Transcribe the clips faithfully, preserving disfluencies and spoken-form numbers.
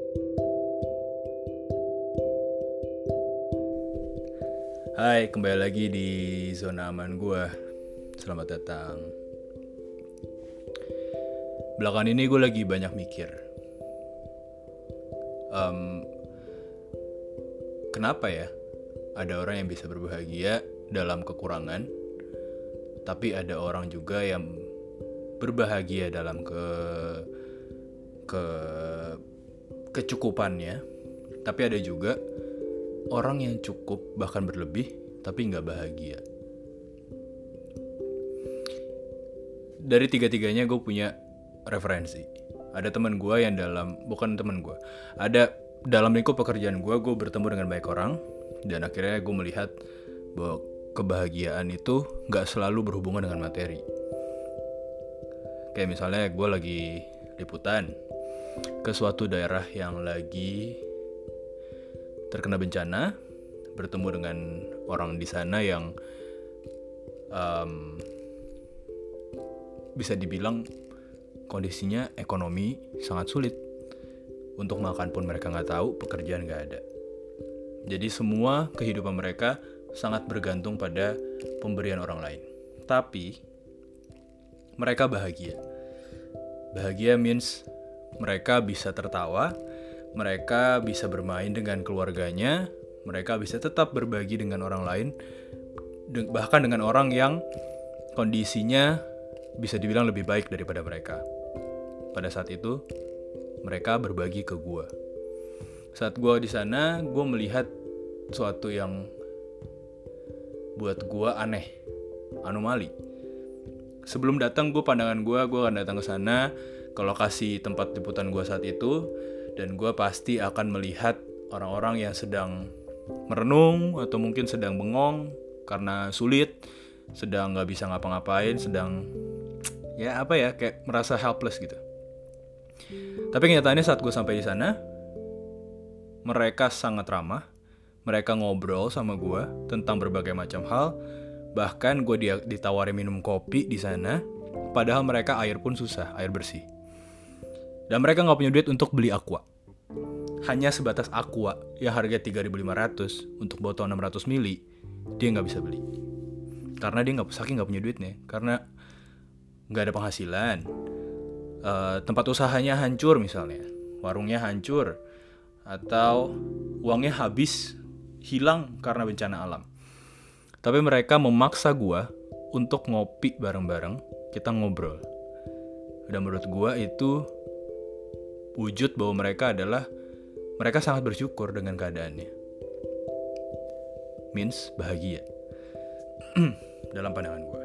Hai, kembali lagi di zona aman gue. Selamat datang. Belakangan ini gue lagi banyak mikir. Um, kenapa ya ada orang yang bisa berbahagia dalam kekurangan, tapi ada orang juga yang berbahagia dalam ke ke kecukupannya, tapi ada juga orang yang cukup bahkan berlebih tapi nggak bahagia. Dari tiga-tiganya gue punya referensi. Ada teman gue yang dalam bukan teman gue, ada dalam lingkup pekerjaan gue, gue bertemu dengan banyak orang dan akhirnya gue melihat bahwa kebahagiaan itu nggak selalu berhubungan dengan materi. Kayak misalnya gue lagi liputan ke suatu daerah yang lagi terkena bencana, bertemu dengan orang di sana yang um, bisa dibilang kondisinya ekonomi sangat sulit. Untuk makan pun mereka nggak tahu, pekerjaan nggak ada. Jadi semua kehidupan mereka sangat bergantung pada pemberian orang lain. Tapi mereka bahagia. Bahagia means mereka bisa tertawa, mereka bisa bermain dengan keluarganya, mereka bisa tetap berbagi dengan orang lain, bahkan dengan orang yang kondisinya bisa dibilang lebih baik daripada mereka. Pada saat itu, mereka berbagi ke gue. Saat gue di sana, gue melihat sesuatu yang buat gue aneh, anomali. Sebelum datang, gue pandangan gue, gue akan datang ke sana ke lokasi tempat liputan gue saat itu. Dan gue pasti akan melihat orang-orang yang sedang merenung atau mungkin sedang bengong karena sulit, sedang gak bisa ngapa-ngapain, sedang ya apa ya kayak merasa helpless gitu. Tapi kenyataannya saat gue sampai di sana, mereka sangat ramah, mereka ngobrol sama gue tentang berbagai macam hal, bahkan gue ditawarin minum kopi di sana, padahal mereka air pun susah, air bersih. Dan mereka gak punya duit untuk beli aqua. Hanya sebatas aqua yang harga tiga ribu lima ratus untuk botol enam ratus mililiter, dia gak bisa beli. Karena dia gak, saking gak punya duitnya. Karena gak ada penghasilan. uh, Tempat usahanya hancur misalnya, warungnya hancur, atau uangnya habis, hilang karena bencana alam. Tapi mereka memaksa gue untuk ngopi bareng-bareng, kita ngobrol. Dan menurut gue itu wujud bahwa mereka adalah mereka sangat bersyukur dengan keadaannya. Means bahagia. Dalam pandangan gue.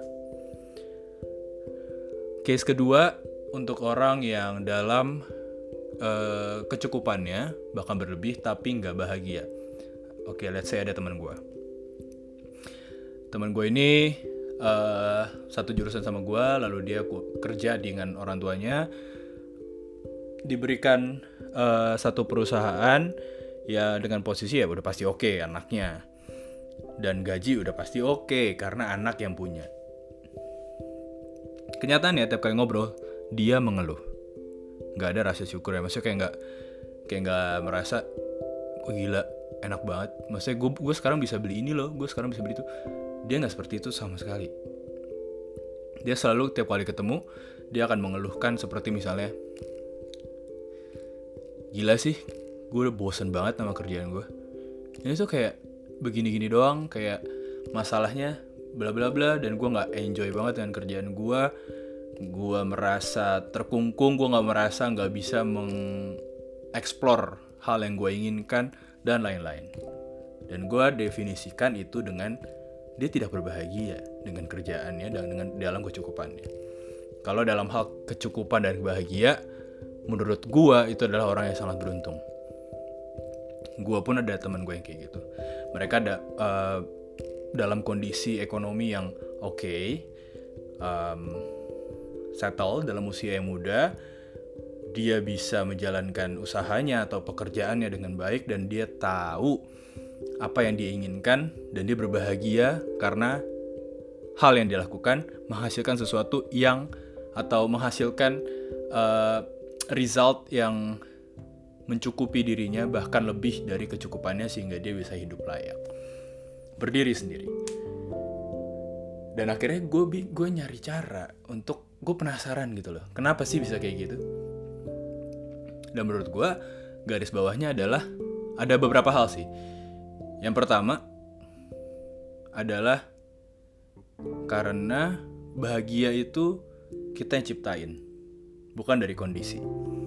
Case kedua untuk orang yang dalam uh, kecukupannya bahkan berlebih tapi nggak bahagia. Oke, let's say ada teman gue. Teman gue ini uh, satu jurusan sama gue, lalu dia kerja dengan orang tuanya. Diberikan uh, satu perusahaan ya dengan posisi ya udah pasti oke okay, anaknya, dan gaji udah pasti oke okay, karena anak yang punya. Kenyataannya tiap kali ngobrol dia mengeluh, nggak ada rasa syukur ya, maksudnya kayak nggak kayak nggak merasa oh, gila enak banget, maksudnya gue gue sekarang bisa beli ini loh, gue sekarang bisa beli itu. Dia nggak seperti itu sama sekali. Dia selalu tiap kali ketemu dia akan mengeluhkan seperti misalnya, gila sih, gue udah bosen banget sama kerjaan gue. Ini tuh kayak begini-gini doang, kayak masalahnya bla bla bla, dan gue nggak enjoy banget dengan kerjaan gue. Gue merasa terkungkung, gue nggak merasa nggak bisa mengeksplor hal yang gue inginkan dan lain-lain. Dan gue definisikan itu dengan dia tidak berbahagia dengan kerjaannya dan dengan dalam kecukupannya. Kalau dalam hal kecukupan dan bahagia, menurut gue itu adalah orang yang sangat beruntung. Gue pun ada teman gue yang kayak gitu. Mereka ada uh, dalam kondisi ekonomi yang oke, okay, um, settle dalam usia yang muda. Dia bisa menjalankan usahanya atau pekerjaannya dengan baik, dan dia tahu apa yang dia inginkan, dan dia berbahagia karena hal yang dia lakukan menghasilkan sesuatu yang atau menghasilkan uh, result yang mencukupi dirinya bahkan lebih dari kecukupannya sehingga dia bisa hidup layak, berdiri sendiri. Dan akhirnya gue gue nyari cara untuk, gue penasaran gitu loh, kenapa sih bisa kayak gitu. Dan menurut gue garis bawahnya adalah ada beberapa hal sih. Yang pertama adalah karena bahagia itu kita yang ciptain, bukan dari kondisi.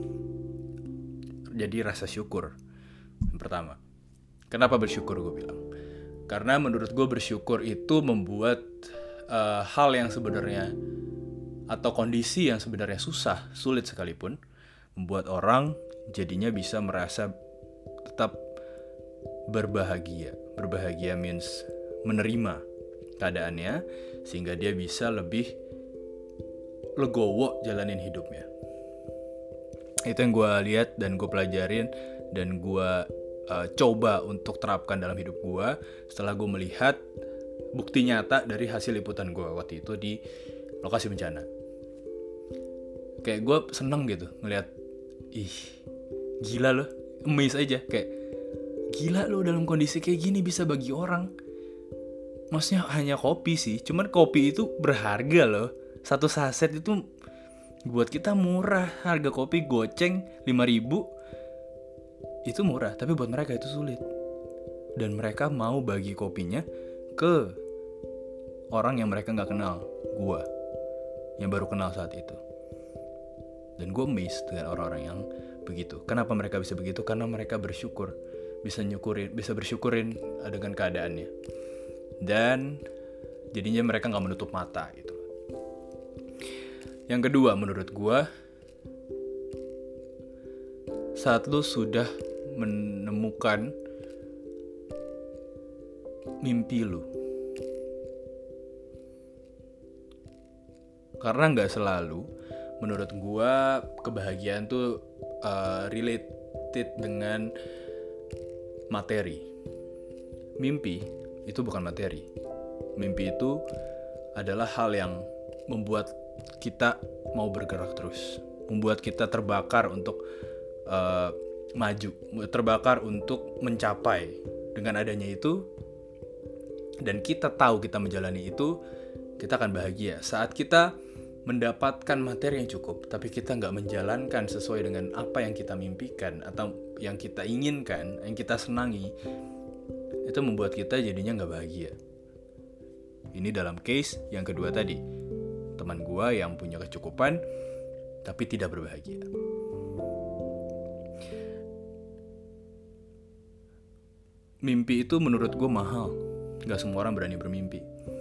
Jadi rasa syukur yang pertama. Kenapa bersyukur gue bilang? Karena menurut gue bersyukur itu membuat uh, hal yang sebenarnya atau kondisi yang sebenarnya susah, sulit sekalipun, membuat orang jadinya bisa merasa tetap berbahagia. Berbahagia means menerima keadaannya sehingga dia bisa lebih legowo jalanin hidupnya. Itu yang gue lihat dan gue pelajarin dan gue uh, coba untuk terapkan dalam hidup gue setelah gue melihat bukti nyata dari hasil liputan gue waktu itu di lokasi bencana. Kayak gue seneng gitu ngelihat, ih gila loh, amazed aja, kayak gila loh dalam kondisi kayak gini bisa bagi orang. Maksudnya hanya kopi sih, cuman kopi itu berharga loh. Satu saset itu buat kita murah, harga kopi goceng lima ribu itu murah, tapi buat mereka itu sulit. Dan mereka mau bagi kopinya ke orang yang mereka gak kenal, gue yang baru kenal saat itu. Dan gue amazed dengan orang-orang yang begitu. Kenapa mereka bisa begitu? Karena mereka bersyukur, bisa nyukurin, bisa bersyukurin dengan keadaannya. Dan jadinya mereka gak menutup mata gitu. Yang kedua menurut gue, saat lu sudah menemukan mimpi lu, karena gak selalu menurut gue kebahagiaan tuh uh, related dengan materi. Mimpi itu bukan materi. Mimpi itu adalah hal yang membuat kita mau bergerak terus, membuat kita terbakar untuk uh, maju, terbakar untuk mencapai. Dengan adanya itu, dan kita tahu kita menjalani itu, kita akan bahagia. Saat kita mendapatkan materi yang cukup, tapi kita nggak menjalankan sesuai dengan apa yang kita mimpikan atau yang kita inginkan, yang kita senangi, itu membuat kita jadinya nggak bahagia. Ini dalam case yang kedua tadi, teman gue yang punya kecukupan tapi tidak berbahagia. Mimpi itu menurut gue mahal. Gak semua orang berani bermimpi.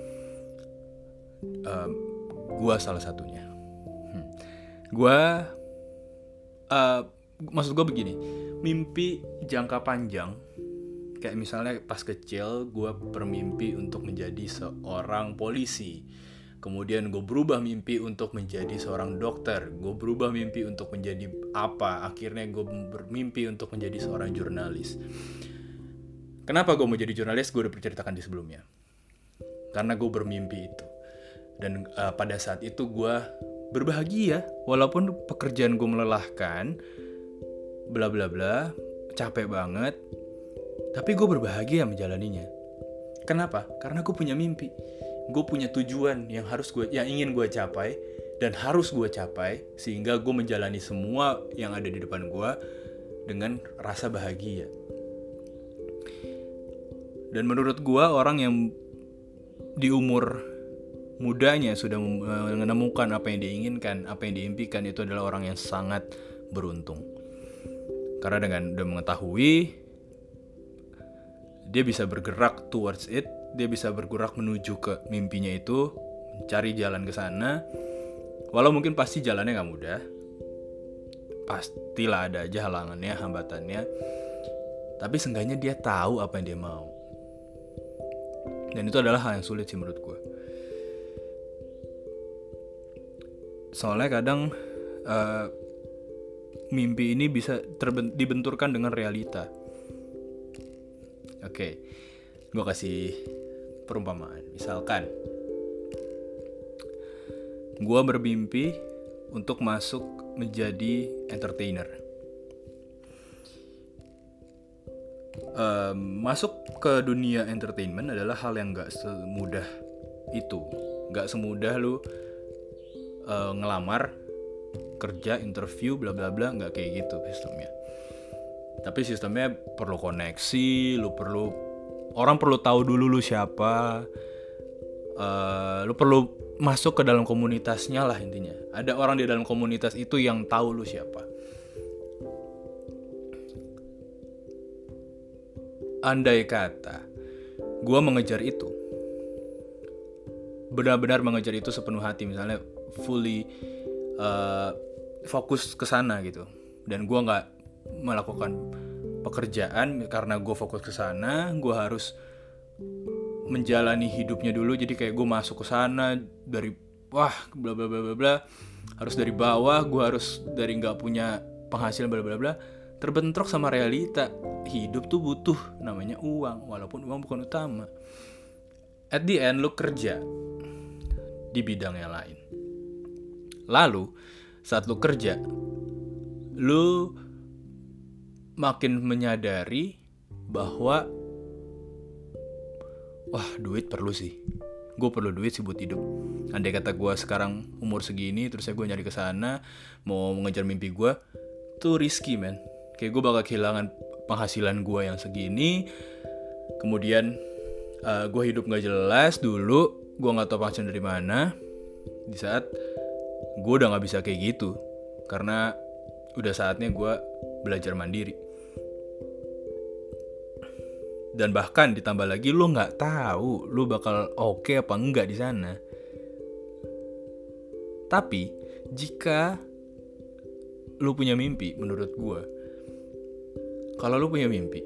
uh, Gue salah satunya. hmm. Gue uh, Maksud gue begini, mimpi jangka panjang, kayak misalnya pas kecil gue bermimpi untuk menjadi seorang polisi. Kemudian gue berubah mimpi untuk menjadi seorang dokter. Gue berubah mimpi untuk menjadi apa. Akhirnya gue bermimpi untuk menjadi seorang jurnalis. Kenapa gue mau jadi jurnalis? Gue udah berceritakan di sebelumnya. Karena gue bermimpi itu. Dan uh, pada saat itu gue berbahagia. Walaupun pekerjaan gue melelahkan, bla bla bla, capek banget, tapi gue berbahagia menjalaninya. Kenapa? Karena gue punya mimpi. Gue punya tujuan yang harus gue, yang ingin gue capai dan harus gue capai, sehingga gue menjalani semua yang ada di depan gue dengan rasa bahagia. Dan menurut gue, orang yang di umur mudanya sudah menemukan apa yang diinginkan, apa yang diimpikan, itu adalah orang yang sangat beruntung. Karena dengan udah mengetahui, dia bisa bergerak towards it. Dia bisa bergerak menuju ke mimpinya itu, mencari jalan ke sana. Walau mungkin pasti jalannya gak mudah, pastilah ada aja halangannya, hambatannya, tapi seenggaknya dia tahu apa yang dia mau. Dan itu adalah hal yang sulit sih menurut gue. Soalnya kadang uh, mimpi ini bisa terben- dibenturkan dengan realita. Oke, okay. Gue kasih perumpamaan. Misalkan gue bermimpi untuk masuk menjadi entertainer. um, masuk ke dunia entertainment adalah hal yang gak semudah itu. Gak semudah lu uh, ngelamar kerja, interview, bla bla bla, gak kayak gitu sistemnya. Tapi sistemnya perlu koneksi, lu perlu orang perlu tahu dulu lu siapa, uh, lu perlu masuk ke dalam komunitasnya lah intinya. Ada orang di dalam komunitas itu yang tahu lu siapa. Andai kata gue mengejar itu, benar-benar mengejar itu sepenuh hati, misalnya fully uh, fokus ke sana gitu, dan gue nggak melakukan pekerjaan karena gue fokus ke sana, gue harus menjalani hidupnya dulu. Jadi kayak gue masuk ke sana dari wah bla bla bla bla bla, harus dari bawah, gue harus dari nggak punya penghasilan bla bla bla, terbentrok sama realita. Hidup tuh butuh namanya uang, walaupun uang bukan utama. At the end lu kerja di bidang yang lain. Lalu saat lu kerja, lu makin menyadari bahwa wah duit perlu sih, gue perlu duit sih buat hidup. Andai kata gue sekarang umur segini, terus ya gue nyari kesana mau mengejar mimpi gue, tuh risky man. Kayak gue bakal kehilangan penghasilan gue yang segini. Kemudian uh, gue hidup gak jelas dulu, gue gak tahu penghasilan dari mana. Di saat gue udah gak bisa kayak gitu, karena udah saatnya gue belajar mandiri. Dan bahkan ditambah lagi lu gak tahu lu bakal oke okay apa enggak di sana. Tapi jika lu punya mimpi, menurut gue, kalau lu punya mimpi,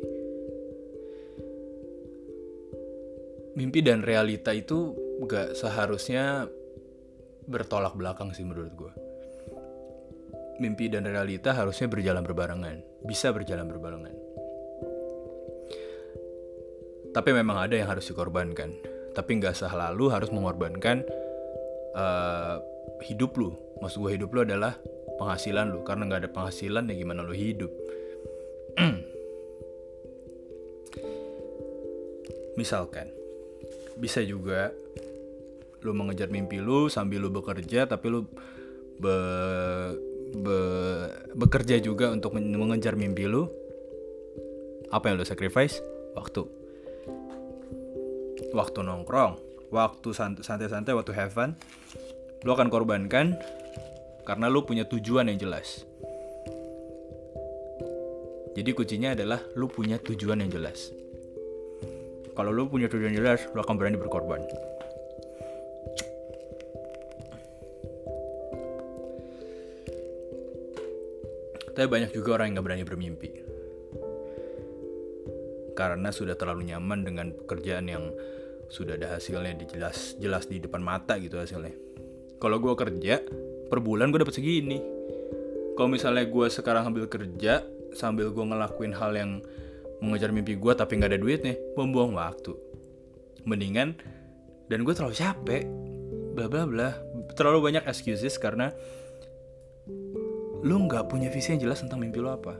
mimpi dan realita itu gak seharusnya bertolak belakang sih menurut gue. Mimpi dan realita harusnya berjalan berbarengan, bisa berjalan berbarengan. Tapi memang ada yang harus dikorbankan. Tapi gak selalu harus mengorbankan uh, hidup lu. Maksud gue hidup lu adalah penghasilan lu. Karena gak ada penghasilan ya gimana lu hidup. Misalkan bisa juga lu mengejar mimpi lu sambil lu bekerja, tapi lu be, be, bekerja juga untuk mengejar mimpi lu. Apa yang lu sacrifice? Waktu. Waktu nongkrong, waktu santai-santai, waktu have fun, lu akan korbankan karena lu punya tujuan yang jelas. Jadi kuncinya adalah lu punya tujuan yang jelas. Kalau lu punya tujuan jelas, lu akan berani berkorban. Tapi banyak juga orang yang gak berani bermimpi, karena sudah terlalu nyaman dengan pekerjaan yang sudah ada hasilnya di jelas jelas di depan mata gitu hasilnya. Kalau gue kerja per bulan gue dapat segini. Kalau misalnya gue sekarang sambil kerja sambil gue ngelakuin hal yang mengejar mimpi gue tapi nggak ada duitnya, membuang waktu. Mendingan, dan gue terlalu capek, bla bla bla, terlalu banyak excuses karena lu nggak punya visi yang jelas tentang mimpi lu apa.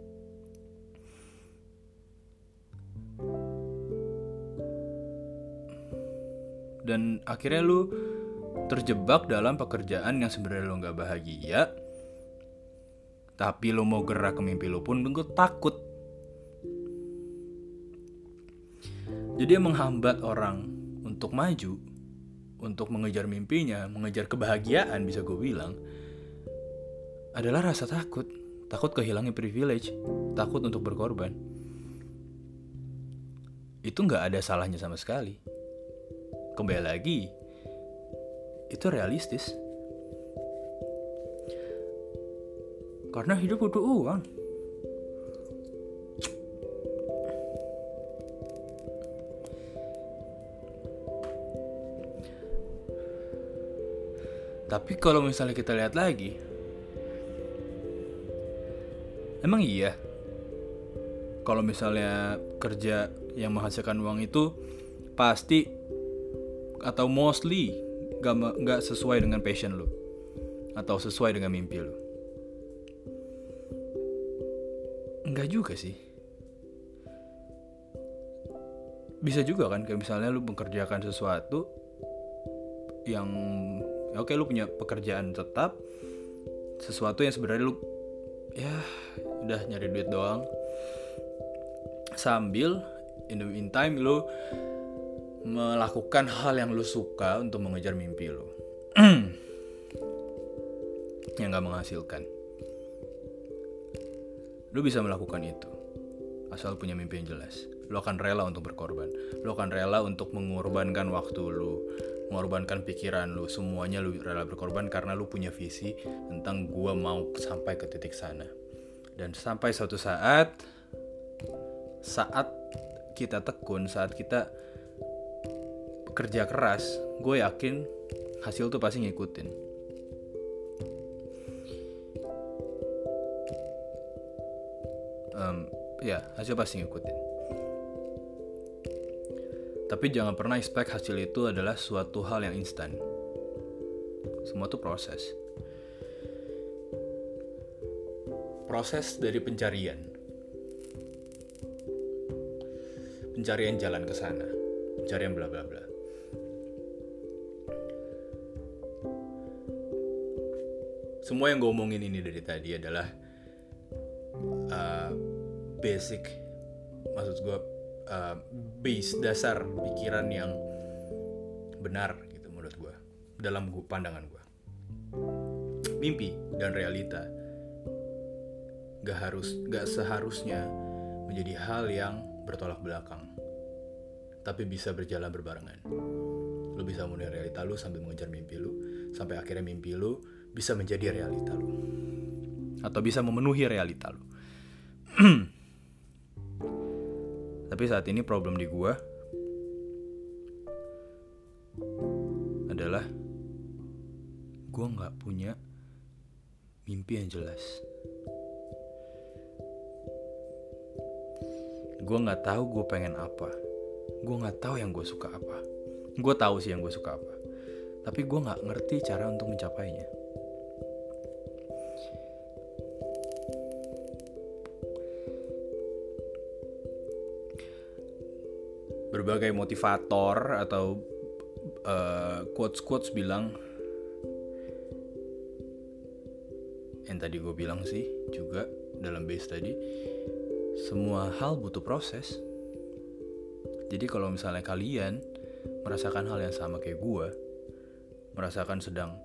Dan akhirnya lu terjebak dalam pekerjaan yang sebenarnya lu nggak bahagia, tapi lu mau gerak ke mimpi lu pun lu takut. Jadi yang menghambat orang untuk maju, untuk mengejar mimpinya, mengejar kebahagiaan bisa gue bilang, adalah rasa takut. Takut kehilangan privilege, takut untuk berkorban. Itu gak ada salahnya sama sekali. Kembali lagi, itu realistis. Karena hidup butuh uang. Tapi kalau misalnya kita lihat lagi, emang iya kalau misalnya kerja yang menghasilkan uang itu pasti atau mostly gak, gak sesuai dengan passion lu atau sesuai dengan mimpi lu? Enggak juga sih. bisa juga kan, kayak misalnya lu mengerjakan sesuatu yang oke okay, lu punya pekerjaan tetap, sesuatu yang sebenarnya lu ya udah nyari duit doang, sambil in the meantime lu melakukan hal yang lu suka untuk mengejar mimpi lu yang gak menghasilkan. Lu bisa melakukan itu asal punya mimpi yang jelas. Lu akan rela untuk berkorban, lu akan rela untuk mengorbankan waktu lu, mengorbankan pikiran lu, semuanya lu rela berkorban karena lu punya visi tentang gua mau sampai ke titik sana. Dan sampai suatu saat, saat kita tekun, saat kita kerja keras, gue yakin hasil tuh pasti ngikutin. Um, ya hasil pasti ngikutin. Tapi jangan pernah expect hasil itu adalah suatu hal yang instan. Semua tuh proses. Proses dari pencarian. Pencarian jalan ke sana. Pencarian bla bla bla. Semua yang gue omongin ini dari tadi adalah uh, basic, maksud gue uh, base, dasar pikiran yang benar gitu menurut gue, dalam gue, pandangan gue. Mimpi dan realita gak harus, gak seharusnya menjadi hal yang bertolak belakang, tapi bisa berjalan berbarengan. Lu bisa memenuhi realita lu sambil mengejar mimpi lu, sampai akhirnya mimpi lu bisa menjadi realita lu, atau bisa memenuhi realita lu. Tapi saat ini problem di gua adalah gua nggak punya mimpi yang jelas. Gua nggak tahu gua pengen apa. Gua nggak tahu yang gua suka apa. Gua tahu sih yang gua suka apa, tapi gua nggak ngerti cara untuk mencapainya. Berbagai motivator atau uh, quotes-quotes bilang, yang tadi gue bilang sih juga dalam base tadi, semua hal butuh proses. Jadi kalau misalnya kalian merasakan hal yang sama kayak gue, merasakan sedang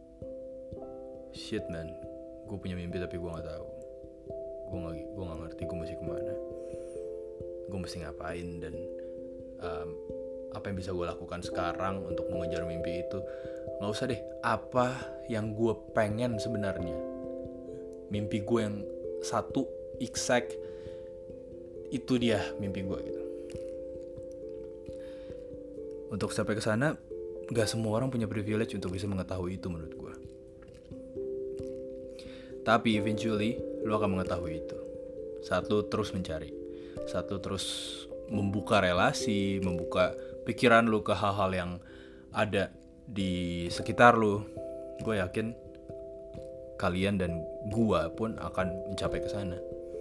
shit man, gue punya mimpi tapi gue nggak tahu, gue nggak gue nggak ngerti gue mesti kemana, gue mesti ngapain, dan Um, apa yang bisa gue lakukan sekarang untuk mengejar mimpi itu. Gak usah deh, apa yang gue pengen sebenarnya, mimpi gue yang satu exact itu dia mimpi gue gitu. Untuk sampai ke sana, gak semua orang punya privilege untuk bisa mengetahui itu menurut gue. Tapi eventually lo akan mengetahui itu saat lo terus mencari, saat lo terus membuka relasi, membuka pikiran lu ke hal-hal yang ada di sekitar lu. Gue yakin kalian dan gua pun akan mencapai ke sana.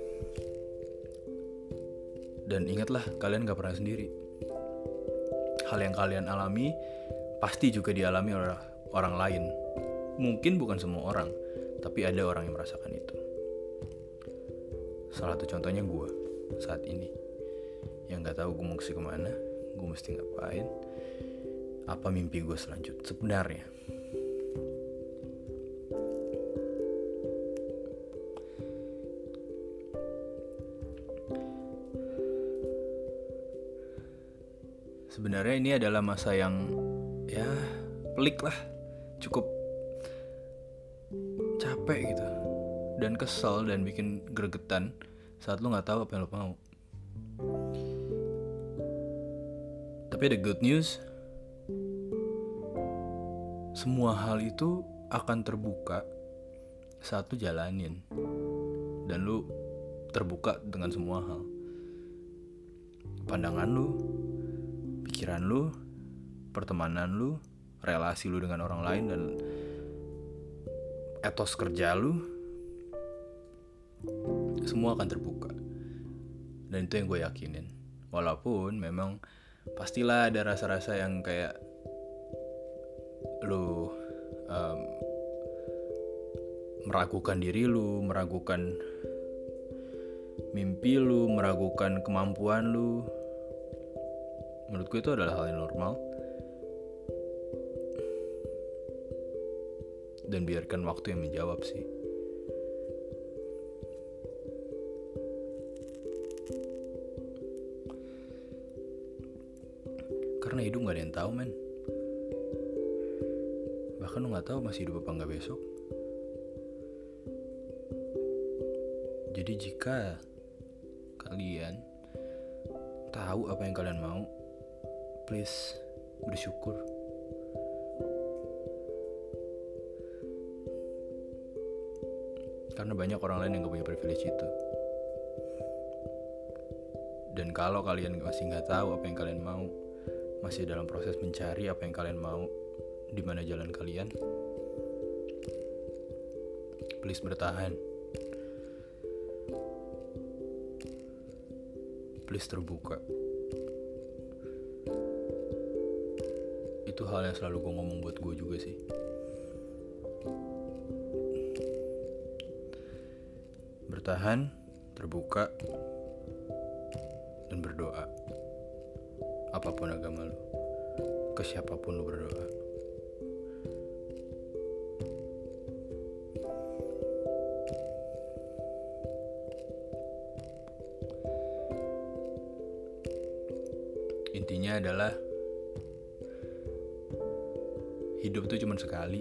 Dan ingatlah, kalian gak pernah sendiri. Hal yang kalian alami pasti juga dialami oleh orang lain. Mungkin bukan semua orang, tapi ada orang yang merasakan itu. Salah satu contohnya gua saat ini, yang gak tahu gue mau mesti kemana, gue mesti ngapain, apa mimpi gue selanjutnya sebenarnya. Sebenarnya ini adalah masa yang ya pelik lah, cukup capek gitu, dan kesel dan bikin gregetan saat lo gak tahu apa yang lo mau. Tapi the good news, semua hal itu akan terbuka saat lu jalanin, dan lu terbuka dengan semua hal. Pandangan lu, pikiran lu, pertemanan lu, relasi lu dengan orang lain, dan etos kerja lu, semua akan terbuka. Dan itu yang gue yakinin. Walaupun memang pastilah ada rasa-rasa yang kayak lu um, meragukan diri lu, meragukan mimpi lu, meragukan kemampuan lu. Menurutku itu adalah hal yang normal. Dan biarkan waktu yang menjawab sih. Karena hidup gak ada yang tahu, men. Bahkan lu gak tahu masih hidup apa gak besok. Jadi jika kalian tahu apa yang kalian mau, please bersyukur. Karena banyak orang lain yang gak punya privilege itu. Dan kalau kalian masih gak tahu apa yang kalian mau, masih dalam proses mencari apa yang kalian mau, di mana jalan kalian, please bertahan. Please terbuka. Itu hal yang selalu gue ngomong buat gue juga sih. Bertahan, terbuka, dan berdoa. Apapun agama lu, ke siapapun lu berdoa. Intinya adalah hidup tuh cuma sekali.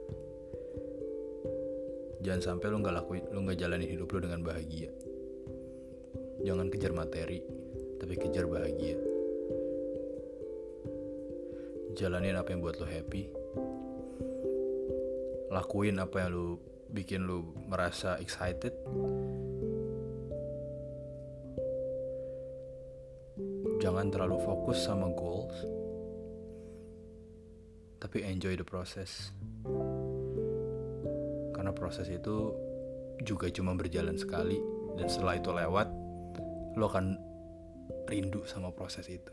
Jangan sampai lu nggak lakuin, lu nggak jalanin hidup lu dengan bahagia. Jangan kejar materi, tapi kejar bahagia. Jalanin apa yang buat lu happy. Lakuin apa yang lu bikin lu merasa excited. Jangan terlalu fokus sama goals, tapi enjoy the process. Karena proses itu juga cuma berjalan sekali, dan setelah itu lewat, lo akan rindu sama proses itu.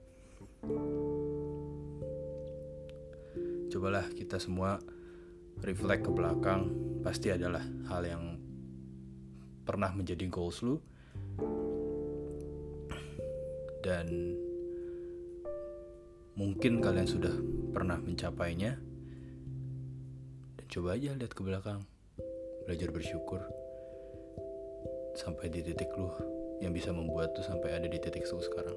Cobalah kita semua reflect ke belakang, pasti adalah hal yang pernah menjadi goals lu, dan mungkin kalian sudah pernah mencapainya. Dan coba aja lihat ke belakang, belajar bersyukur sampai di titik lu yang bisa membuat tuh sampai ada di titik lu sekarang.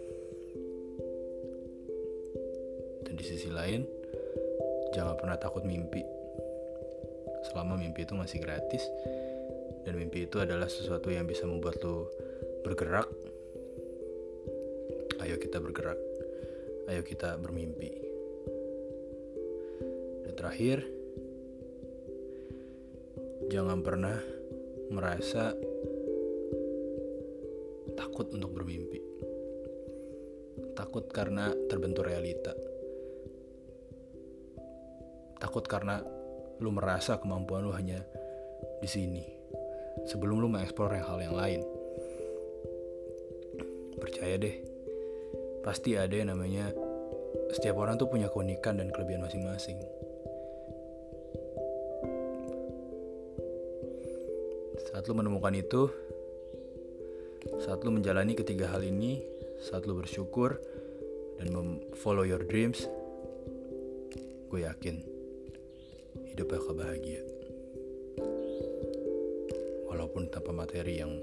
Dan di sisi lain, jangan pernah takut mimpi. Selama mimpi itu masih gratis, dan mimpi itu adalah sesuatu yang bisa membuat lu bergerak, ayo kita bergerak, ayo kita bermimpi. Dan terakhir, jangan pernah merasa takut untuk bermimpi. Takut karena terbentur realita. Takut karena lu merasa kemampuan lu hanya di sini, sebelum lu mengeksplor hal yang lain. Percaya deh, pasti ada yang namanya, setiap orang tuh punya keunikan dan kelebihan masing-masing. Saat lu menemukan itu, saat lu menjalani ketiga hal ini, saat lu bersyukur dan follow your dreams, gue yakin hidup bakal bahagia. Walaupun tanpa materi yang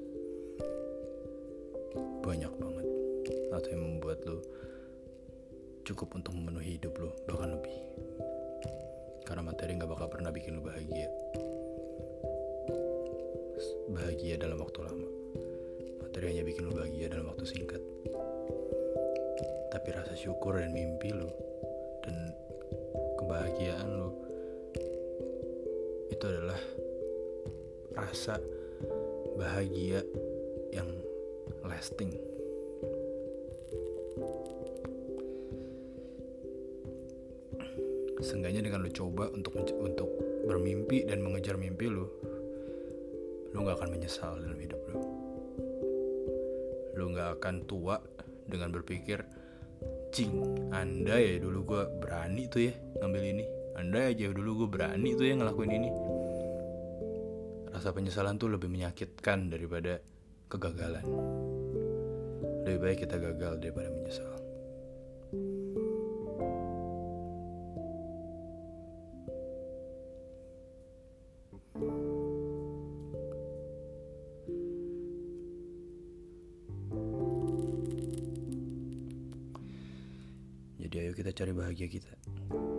banyak banget, atau yang membuat lu cukup untuk memenuhi hidup lu, bahkan lebih. Karena materi gak bakal pernah bikin lu bahagia. Bahagia dalam waktu lama. Materi hanya bikin lu bahagia dalam waktu singkat. Tapi rasa syukur dan mimpi lu dan kebahagiaan lu, itu adalah rasa bahagia yang lasting. Seenggaknya dengan lu coba untuk untuk bermimpi dan mengejar mimpi lu, lu gak akan menyesal dalam hidup lu. Lu gak akan tua dengan berpikir, cing, andai ya dulu gue berani tuh ya ngambil ini, andai aja dulu gue berani tuh ya ngelakuin ini. Rasa penyesalan tuh lebih menyakitkan daripada kegagalan. Lebih baik kita gagal daripada menyesal. Jadi ayo kita cari bahagia kita.